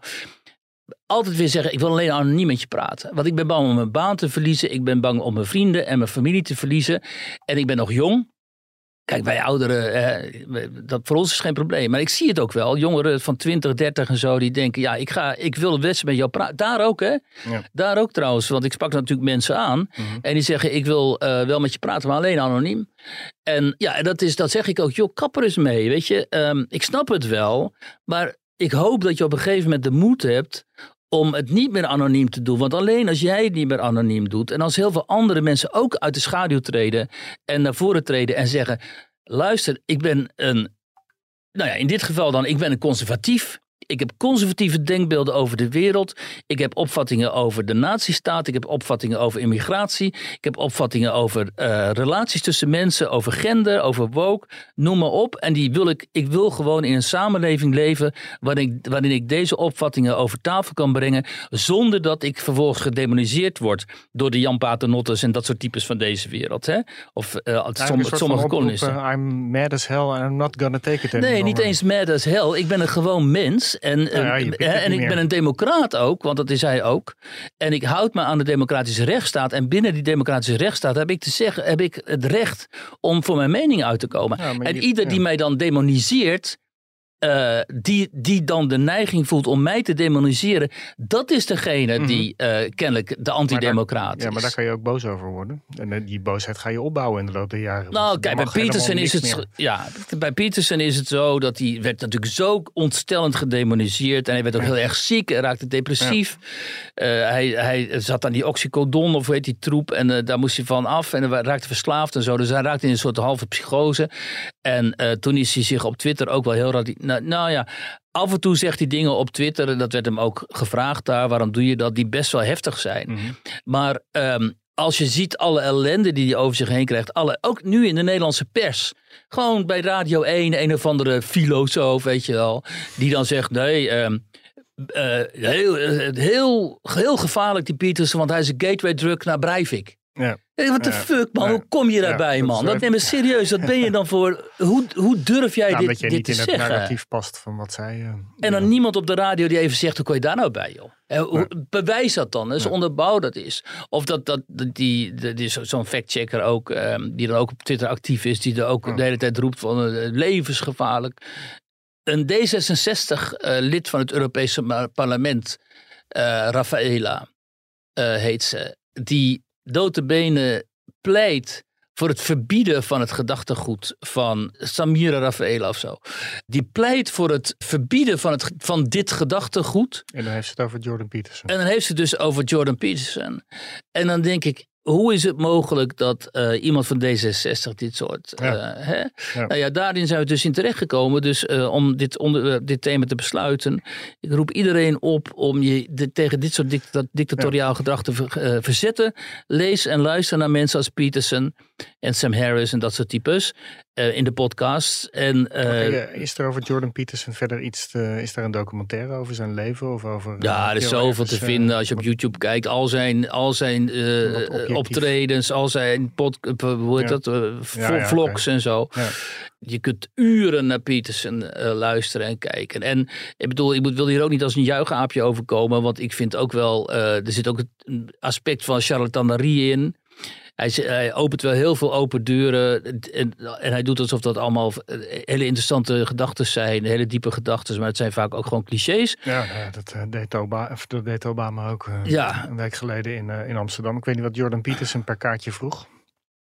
Altijd weer zeggen, ik wil alleen anoniem met je praten. Want ik ben bang om mijn baan te verliezen. Ik ben bang om mijn vrienden en mijn familie te verliezen. En ik ben nog jong. Kijk, wij ouderen, eh, dat voor ons is geen probleem. Maar ik zie het ook wel. Jongeren van twintig, dertig en zo, die denken, ja, ik, ga, ik wil het best met jou praten. Daar ook, hè? Ja. Daar ook trouwens. Want ik sprak natuurlijk mensen aan. Mm-hmm. En die zeggen, ik wil uh, wel met je praten, maar alleen anoniem. En ja, dat, is, dat zeg ik ook, joh, kap er eens mee, weet je. Um, ik snap het wel, maar ik hoop dat je op een gegeven moment de moed hebt om het niet meer anoniem te doen. Want alleen als jij het niet meer anoniem doet en als heel veel andere mensen ook uit de schaduw treden en naar voren treden en zeggen, luister, ik ben een, nou ja, in dit geval dan, ik ben een conservatief. Ik heb conservatieve denkbeelden over de wereld. Ik heb opvattingen over de nazistaat. Ik heb opvattingen over immigratie. Ik heb opvattingen over uh, relaties tussen mensen, over gender, over woke. Noem maar op. En die wil ik, ik wil gewoon in een samenleving leven waarin, waarin ik deze opvattingen over tafel kan brengen, zonder dat ik vervolgens gedemoniseerd word door de Jan Paternottes en dat soort types van deze wereld. Hè? Of uh, som, sommige columnisten. Uh, I'm mad as hell and I'm not gonna take it anymore. Nee, niet eens mad as hell. Ik ben een gewoon mens. En, ja, ja, en ik ben een democraat ook, want dat is hij ook. En ik houd me aan de democratische rechtsstaat. En binnen die democratische rechtsstaat heb ik te zeggen, heb ik het recht om voor mijn mening uit te komen. Ja, en je, ieder die ja. mij dan demoniseert, Uh, die, die dan de neiging voelt om mij te demoniseren, dat is degene mm-hmm. die uh, kennelijk de antidemocraat is. Ja, maar daar kan je ook boos over worden. En die boosheid ga je opbouwen in de loop der jaren. Nou, kijk, bij Peterson is het ja, bij Peterson is het zo dat hij werd natuurlijk zo ontstellend gedemoniseerd en hij werd ook ja. heel erg ziek en raakte depressief. Ja. Uh, hij, hij zat aan die oxycodon of hoe heet die troep en uh, daar moest hij van af en hij raakte verslaafd en zo. Dus hij raakte in een soort halve psychose. En uh, toen is hij zich op Twitter ook wel heel radicaal. Nou, nou ja, af en toe zegt hij dingen op Twitter, en dat werd hem ook gevraagd daar, waarom doe je dat, die best wel heftig zijn. Mm-hmm. Maar um, als je ziet alle ellende die hij over zich heen krijgt, alle, ook nu in de Nederlandse pers, gewoon bij Radio één, een of andere filosoof, weet je wel, die dan zegt, nee, um, uh, heel, heel, heel gevaarlijk die Peterson, want hij is een gateway drug naar Breivik. Ja. Wat de ja, fuck, man? Ja, hoe kom je daarbij, ja, man? Dat neem me serieus. Wat ben je dan voor? Hoe, hoe durf jij nou, dit, dit niet te in zeggen? Het narratief past van wat zij. Uh, en dan ja. niemand op de radio die even zegt: hoe kon je daar nou bij, joh? Ja. Bewijs dat dan, dus ja. onderbouw dat is. Of dat, dat die, die, die zo'n factchecker ook, um, die dan ook op Twitter actief is, die er ook ja. de hele tijd roept van uh, levensgevaarlijk. Een D zesenzestig uh, lid van het Europese parlement, uh, Rafaela uh, heet ze, die notabene pleit voor het verbieden van het gedachtegoed van Samira Rafaela of zo. Die pleit voor het verbieden van, het, van dit gedachtegoed. En dan heeft ze het over Jordan Peterson. En dan heeft ze het dus over Jordan Peterson. En dan denk ik, hoe is het mogelijk dat uh, iemand van D zesenzestig dit soort... Uh, ja. Hè? Ja. Nou ja, daarin zijn we dus in terechtgekomen. Dus uh, om dit, onder, uh, dit thema te besluiten. Ik roep iedereen op om je de, tegen dit soort dicta- dictatoriaal ja. gedrag te ver, uh, verzetten. Lees en luister naar mensen als Peterson en Sam Harris en dat soort types. Uh, in de podcast. En, uh, okay, is er over Jordan Peterson verder iets te, is daar een documentaire over zijn leven? Of over, ja, er is zoveel te uh, vinden als je op YouTube kijkt. Al zijn, al zijn uh, optredens, al zijn pod, hoe heet ja. dat, uh, ja, ja, vlogs okay. en zo. Ja. Je kunt uren naar Peterson uh, luisteren en kijken. En ik bedoel, ik wil hier ook niet als een juichaapje overkomen, want ik vind ook wel, uh, er zit ook een aspect van charlatanerie in. Hij, hij opent wel heel veel open deuren en, en hij doet alsof dat allemaal hele interessante gedachten zijn, hele diepe gedachten, maar het zijn vaak ook gewoon clichés. Ja, ja dat, uh, deed Obama, dat deed Obama ook uh, ja. een week geleden in, uh, in Amsterdam. Ik weet niet wat Jordan Peterson per kaartje vroeg.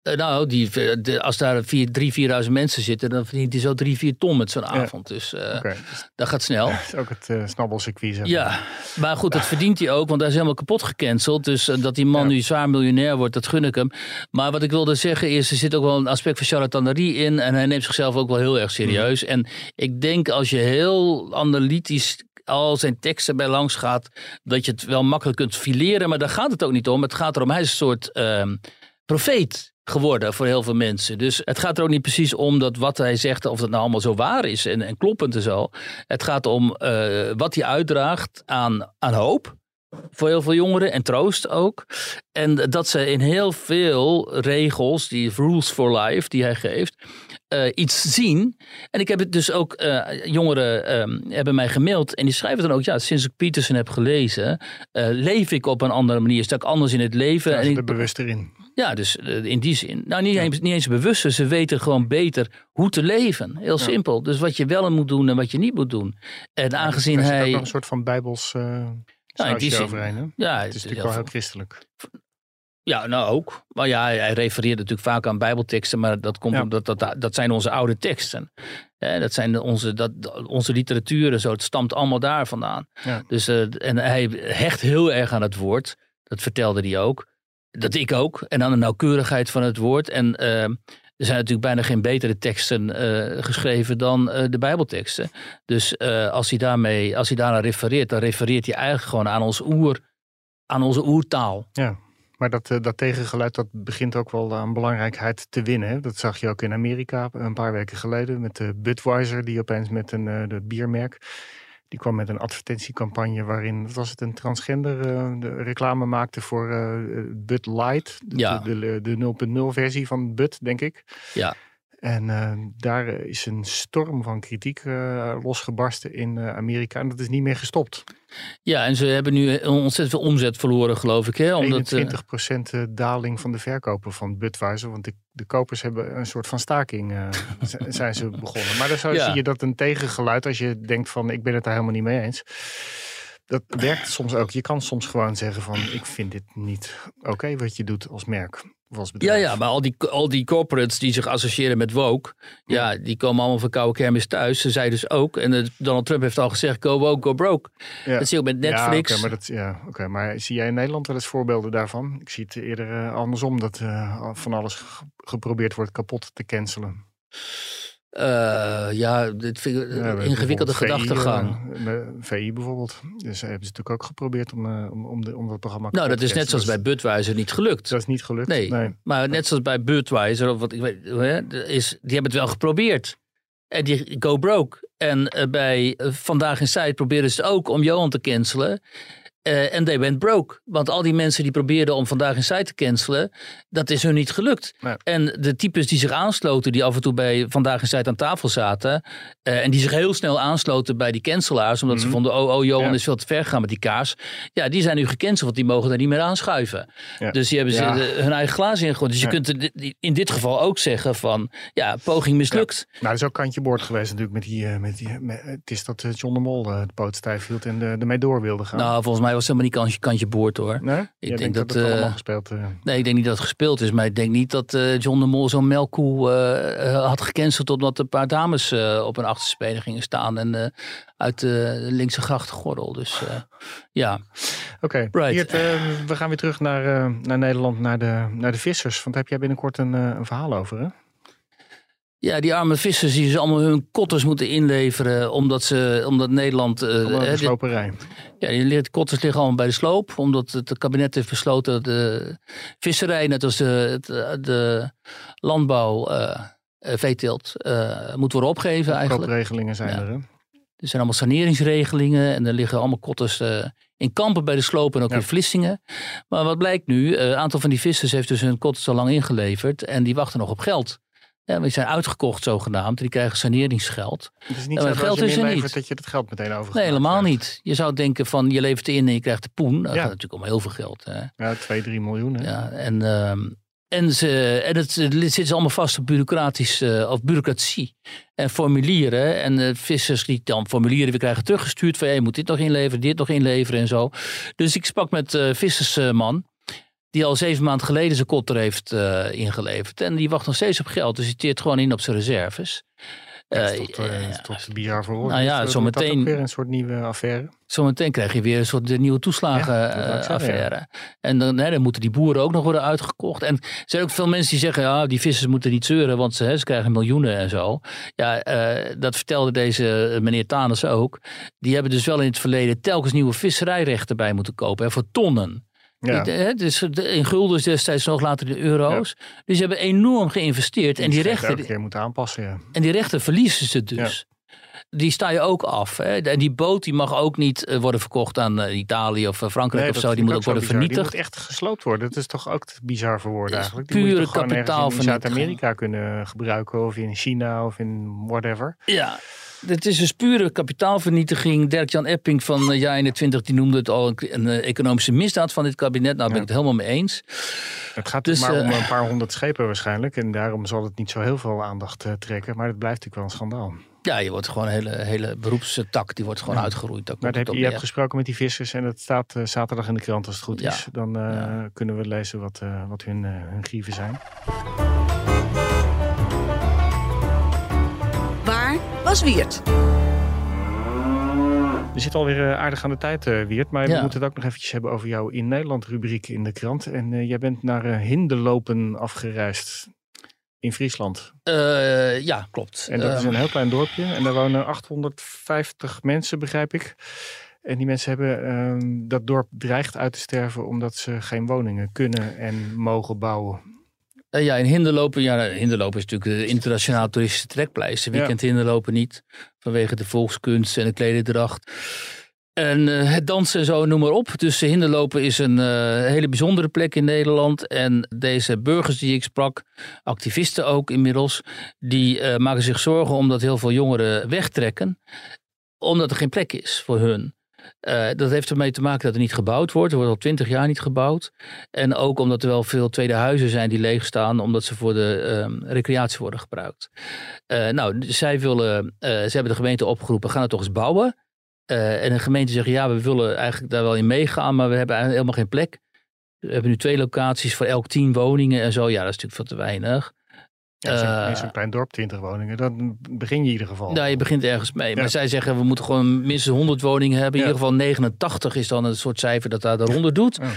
Uh, nou, die, de, als daar vier, drie, vierduizend mensen zitten, dan verdient hij zo drie, vier ton met zo'n avond. Ja. Dus uh, okay. dat gaat snel. Dat is ook het uh, snabbelcircuit. Zeg maar. Ja, maar goed, dat verdient hij ook, want hij is helemaal kapot gecanceld. Dus uh, dat die man ja. nu zwaar miljonair wordt, dat gun ik hem. Maar wat ik wilde zeggen is, er zit ook wel een aspect van charlatanerie in. En hij neemt zichzelf ook wel heel erg serieus. Mm. En ik denk als je heel analytisch al zijn teksten bij langs gaat, dat je het wel makkelijk kunt fileren. Maar daar gaat het ook niet om. Het gaat erom, hij is een soort uh, profeet geworden voor heel veel mensen. Dus het gaat er ook niet precies om dat wat hij zegt, of dat nou allemaal zo waar is en, en kloppend en zo. Het gaat om uh, wat hij uitdraagt aan, aan hoop voor heel veel jongeren en troost ook. En dat ze in heel veel regels, die rules for life die hij geeft, uh, iets zien. En ik heb het dus ook, uh, jongeren um, hebben mij gemaild en die schrijven dan ook, ja, sinds ik Peterson heb gelezen, uh, leef ik op een andere manier, sta ik anders in het leven. Ja, en ik er bewust erin. Ja, dus uh, in die zin. Nou, niet, ja. eens, niet eens bewust, ze weten gewoon beter hoe te leven. Heel ja. simpel. Dus wat je wel moet doen en wat je niet moet doen. En ja, aangezien er hij... Er zit ook nog een soort van bijbels uh, sausje ja, overheen. Hè? Ja, het is natuurlijk ja, wel heel christelijk. Ja, nou ook. Maar ja, hij refereert natuurlijk vaak aan bijbelteksten, maar dat, komt ja. omdat dat, dat zijn onze oude teksten. Ja, dat zijn onze, dat, onze literatuur en zo. Het stamt allemaal daar vandaan. Ja. Dus, uh, en hij hecht heel erg aan het woord. Dat vertelde hij ook. Dat ik ook. En aan de nauwkeurigheid van het woord. En uh, er zijn natuurlijk bijna geen betere teksten uh, geschreven dan uh, de Bijbelteksten. Dus uh, als hij daarmee, als hij daarna refereert, dan refereert hij eigenlijk gewoon aan, ons oer, aan onze oertaal. Ja, maar dat, uh, dat tegengeluid dat begint ook wel aan belangrijkheid te winnen. Hè? Dat zag je ook in Amerika een paar weken geleden met de Budweiser, die opeens met een uh, de biermerk. Die kwam met een advertentiecampagne waarin, wat was het, een transgender uh, de reclame maakte voor uh, Bud Light. Ja. De, de, de nul punt nul versie van Bud, denk ik. Ja. En uh, daar is een storm van kritiek uh, losgebarsten in uh, Amerika. En dat is niet meer gestopt. Ja, en ze hebben nu ontzettend veel omzet verloren, geloof ik. Hè? Omdat, eenentwintig procent daling van de verkopen van Budweiser. Want de, de kopers hebben een soort van staking, uh, zijn ze begonnen. Maar dan zo ja. zie je dat een tegengeluid, als je denkt van ik ben het daar helemaal niet mee eens. Dat werkt soms ook. Je kan soms gewoon zeggen van ik vind dit niet oké okay, wat je doet als merk. Als ja, ja, maar al die, al die corporates die zich associëren met woke, ja, ja die komen allemaal van koude kermis thuis. Ze zei dus ook, en uh, Donald Trump heeft al gezegd, go woke, go broke. Ja. Dat zie je ook met Netflix. Ja, oké, maar, ja, okay, maar zie jij in Nederland wel eens voorbeelden daarvan? Ik zie het eerder uh, andersom, dat uh, van alles ge- geprobeerd wordt kapot te cancelen. Uh, ja, dit vind ik een ja, ingewikkelde gedachtegang. Uh, V I bijvoorbeeld. Dus hebben ze natuurlijk ook geprobeerd om, uh, om, om, de, om dat programma Nou, dat is net zoals bij Budweiser niet gelukt. Dat is niet gelukt. Nee, nee. Maar net zoals bij Budweiser, of wat ik weet, is, die hebben het wel geprobeerd. En die go broke. En uh, bij uh, Vandaag in Site probeerden ze het ook om Johan te cancelen. En uh, they went broke. Want al die mensen die probeerden om Vandaag in Site te cancelen, dat is hun niet gelukt. Nee. En de types die zich aansloten, die af en toe bij Vandaag in Site aan tafel zaten, uh, en die zich heel snel aansloten bij die cancelaars, omdat mm-hmm. ze vonden, oh, oh Johan ja. is veel te ver gegaan met die kaas. Ja, die zijn nu gecanceld, want die mogen daar niet meer aanschuiven. Ja. Dus die hebben ja. ze hun eigen glaas ingegooid. Dus je ja. kunt in dit geval ook zeggen van, ja, poging mislukt. Ja. Nou, dat is ook kantje boord geweest natuurlijk met die, met die met, het is dat John de Mol uh, de poot stijf hield en de, ermee door wilde gaan. Nou, volgens mij was helemaal niet kantje, kantje boord hoor. Nee? Ik denk dat, dat het uh, allemaal gespeeld uh... Nee, ik denk niet dat het gespeeld is. Maar ik denk niet dat uh, John de Mol zo'n melkkoe uh, had gecanceld omdat een paar dames uh, op een achterspelen gingen staan. En uh, uit de linkse grachtengordel. Dus uh, ja. Oké, okay. right. uh, we gaan weer terug naar, uh, naar Nederland, naar de, naar de vissers. Want daar heb jij binnenkort een, uh, een verhaal over, hè? Ja, die arme vissers die ze allemaal hun kotters moeten inleveren omdat ze, omdat Nederland... Uh, allemaal een sloperij. Ja, die kotters liggen allemaal bij de sloop, omdat het kabinet heeft besloten dat de visserij, net als de, de, de landbouw, uh, veeteelt, uh, moet worden opgegeven eigenlijk. Regelingen zijn ja. er, hè? Er zijn allemaal saneringsregelingen en er liggen allemaal kotters uh, in Kampen bij de sloop en ook ja. in Vlissingen. Maar wat blijkt nu, een uh, aantal van die vissers heeft dus hun kotters al lang ingeleverd en die wachten nog op geld. Ja, die zijn uitgekocht zogenaamd. Die krijgen saneringsgeld. Het is niet zo dat geld als je is er niet. Dat je het geld meteen overgaat. Nee, helemaal krijgt. niet. Je zou denken van je levert in en je krijgt de poen. Dat ja. gaat natuurlijk om heel veel geld. Hè. Ja, twee, drie miljoen. Hè? Ja, en, um, en, ze, en het, het zit allemaal vast op bureaucratisch, uh, of bureaucratie. En formulieren. En uh, vissers die dan formulieren weer krijgen teruggestuurd. Van hey, je moet dit nog inleveren, dit nog inleveren en zo. Dus ik sprak met uh, vissersman. die al zeven maanden geleden zijn kotter heeft uh, ingeleverd. En die wacht nog steeds op geld. Dus die teert gewoon in op zijn reserves. Dat is toch, uh, uh, toch bizar voor nou ja, zo meteen, dat ook weer een soort nieuwe affaire. Zometeen krijg je weer een soort nieuwe toeslagenaffaire. Ja, ja. En dan, hè, dan moeten die boeren ook nog worden uitgekocht. En er zijn ook veel mensen die zeggen, ja, die vissers moeten niet zeuren, want ze, hè, ze krijgen miljoenen en zo. Ja, uh, dat vertelde deze meneer Tanus ook. Die hebben dus wel in het verleden telkens nieuwe visserijrechten bij moeten kopen, hè, voor tonnen. Ja. Dus in guldens destijds nog later de euro's. Ja. Dus ze hebben enorm geïnvesteerd. En die rechten, elke keer moeten aanpassen. Ja. En die rechten verliezen ze dus. Ja. Die sta je ook af. Hè? En die boot die mag ook niet worden verkocht aan Italië of Frankrijk nee, of zo. Die moet ook worden bizar. vernietigd. Die moet echt gesloopt worden. Dat is toch ook bizar voor woorden eigenlijk. Die pure moet je kapitaal in Zuid-Amerika kunnen gebruiken. Of in China of in whatever. Ja. Het is dus pure kapitaalvernietiging. Dirk-Jan Epping van uh, Jaar eenentwintig die noemde het al een, een uh, economische misdaad van dit kabinet. Nou, ja. ben ik het helemaal mee eens. Het gaat dus, maar uh, om een paar honderd schepen waarschijnlijk. En daarom zal het niet zo heel veel aandacht uh, trekken. Maar het blijft natuurlijk wel een schandaal. Ja, je wordt gewoon een hele, hele beroepstak, die wordt gewoon ja. uitgeroeid. Dat maar heb, je hebt gesproken met die vissers en dat staat uh, zaterdag in de krant als het goed ja. is. Dan uh, ja. kunnen we lezen wat, uh, wat hun, uh, hun grieven zijn. Waar was Wiert? We zitten alweer aardig aan de tijd, uh, Wiert. Maar ja. we moeten het ook nog eventjes hebben over jouw In Nederland rubriek in de krant. En uh, jij bent naar uh, Hindelopen afgereisd in Friesland. Uh, ja, klopt. En dat uh, is een heel klein dorpje. En daar wonen achthonderdvijftig mensen, begrijp ik. En die mensen hebben uh, dat dorp dreigt uit te sterven omdat ze geen woningen kunnen en mogen bouwen. Uh, ja, in Hinderlopen. Ja, Hinderlopen is natuurlijk de internationaal toeristische trekpleister. Wie ja. kent Hinderlopen niet? Vanwege de volkskunst en de klederdracht. En uh, het dansen en zo, noem maar op. Dus Hinderlopen is een uh, hele bijzondere plek in Nederland. En deze burgers die ik sprak, activisten ook inmiddels, die uh, maken zich zorgen omdat heel veel jongeren wegtrekken. Omdat er geen plek is voor hun. Uh, dat heeft ermee te maken dat er niet gebouwd wordt. Er wordt al twintig jaar niet gebouwd. En ook omdat er wel veel tweede huizen zijn die leeg staan, omdat ze voor de uh, recreatie worden gebruikt. Uh, nou, zij willen, uh, ze hebben de gemeente opgeroepen, gaan het toch eens bouwen. Uh, en de gemeente zegt, ja, we willen eigenlijk daar wel in meegaan, maar we hebben eigenlijk helemaal geen plek. We hebben nu twee locaties voor elk tien woningen en zo. Ja, dat is natuurlijk veel te weinig. Ja, in zo'n klein dorp, twintig woningen, dan begin je in ieder geval. Nou, je begint ergens mee. Ja. Maar zij zeggen, we moeten gewoon minstens honderd woningen hebben. In ja. ieder geval negenentachtig is dan een soort cijfer dat daar eronder doet. Ja.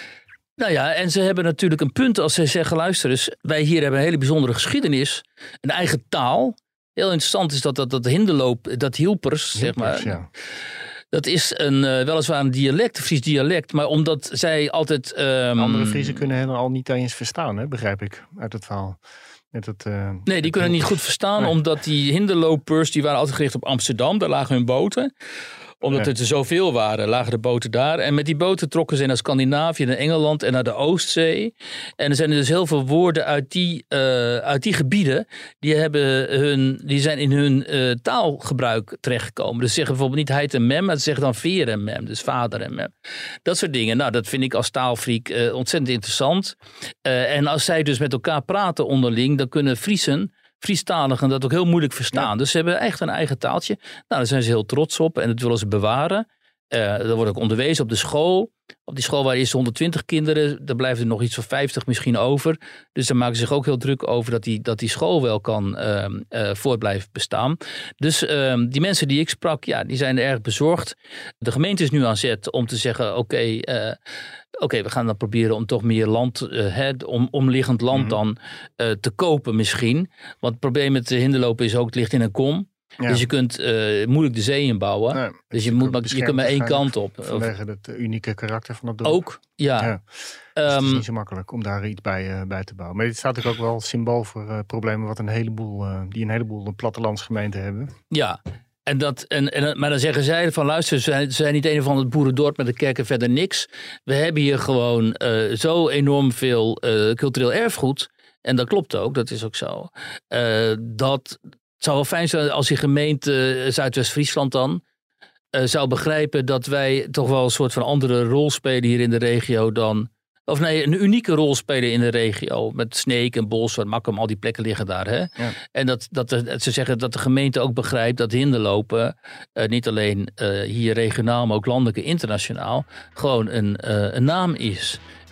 Nou ja, en ze hebben natuurlijk een punt als ze zeggen, luister eens, wij hier hebben een hele bijzondere geschiedenis, een eigen taal. Heel interessant is dat dat, dat hinderloop, dat hielpers, zeg maar. Ja. Dat is een, uh, weliswaar een dialect, een Fries dialect, maar omdat zij altijd... Um, Andere Friesen kunnen helemaal al niet eens verstaan, hè, begrijp ik, uit het verhaal. Met het, uh, nee, die kunnen niet goed verstaan, nee. Omdat die hinderlopers, die waren altijd gericht op Amsterdam, daar lagen hun boten. Omdat ja. er zoveel waren, lagen de boten daar. En met die boten trokken ze naar Scandinavië, naar Engeland en naar de Oostzee. En er zijn er dus heel veel woorden uit die, uh, uit die gebieden, die, hebben hun, die zijn in hun uh, taalgebruik terechtgekomen. Dus ze zeggen bijvoorbeeld niet heid en mem, maar ze zeggen dan veer en mem, dus vader en mem. Dat soort dingen. Nou, dat vind ik als taalfreak uh, ontzettend interessant. Uh, en als zij dus met elkaar praten onderling, dan kunnen Friesen, Friestaligen dat ook heel moeilijk verstaan. Ja. Dus ze hebben echt een eigen taaltje. Nou, daar zijn ze heel trots op en dat willen ze bewaren. Uh, dat wordt ook onderwezen op de school. Op die school waar eerst honderdtwintig kinderen, daar blijven er nog iets van vijftig misschien over. Dus daar maken ze zich ook heel druk over dat die, dat die school wel kan uh, uh, voort blijven bestaan. Dus uh, die mensen die ik sprak, ja, die zijn erg bezorgd. De gemeente is nu aan zet om te zeggen, oké, okay, uh, Oké, okay, we gaan dan proberen om toch meer land, uh, het om, omliggend land dan uh, te kopen misschien. Want het probleem met de hinderlopen is ook, het ligt in een kom. Ja. Dus je kunt uh, moeilijk de zee inbouwen. Nee, dus je, moet maar, je kunt maar één kant op. Vanwege het unieke karakter van het dorp. Ook, ja. ja. Dus um, het is niet zo makkelijk om daar iets bij, uh, bij te bouwen. Maar dit staat natuurlijk ook wel symbool voor uh, problemen wat een heleboel, uh, die een heleboel plattelandsgemeenten hebben. Ja. En dat, en, en, maar dan zeggen zij van luister, ze zijn, ze zijn niet een of ander boerendorp met een kerk en verder niks. We hebben hier gewoon uh, zo enorm veel uh, cultureel erfgoed. En dat klopt ook, dat is ook zo. Uh, dat het zou wel fijn zijn als die gemeente uh, Zuidwest-Friesland dan uh, zou begrijpen dat wij toch wel een soort van andere rol spelen hier in de regio dan... Of nee, een unieke rol spelen in de regio. Met Sneek en Bos, wat Makkum, al die plekken liggen daar. Hè? Ja. En dat, dat, dat ze zeggen dat de gemeente ook begrijpt dat hinderlopen, uh, niet alleen uh, hier regionaal, maar ook landelijk en internationaal, gewoon een, uh, een naam is.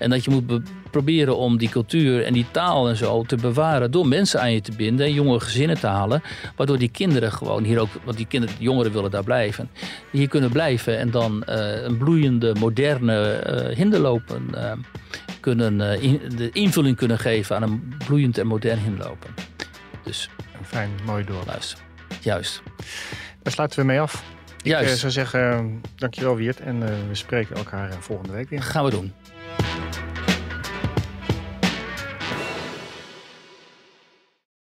En dat je moet be- proberen om die cultuur en die taal en zo te bewaren door mensen aan je te binden en jonge gezinnen te halen. Waardoor die kinderen gewoon hier ook, want die kinderen, die jongeren willen daar blijven, die hier kunnen blijven en dan uh, een bloeiende, moderne uh, hinderlopen uh, kunnen, uh, in, de invulling kunnen geven aan een bloeiend en modern hinderlopen. Dus. Fijn, mooi door. Luister. Juist. Daar sluiten we mee af. Juist. Ik uh, zou zeggen, uh, dankjewel Wiert. En uh, we spreken elkaar uh, volgende week weer. Gaan we doen.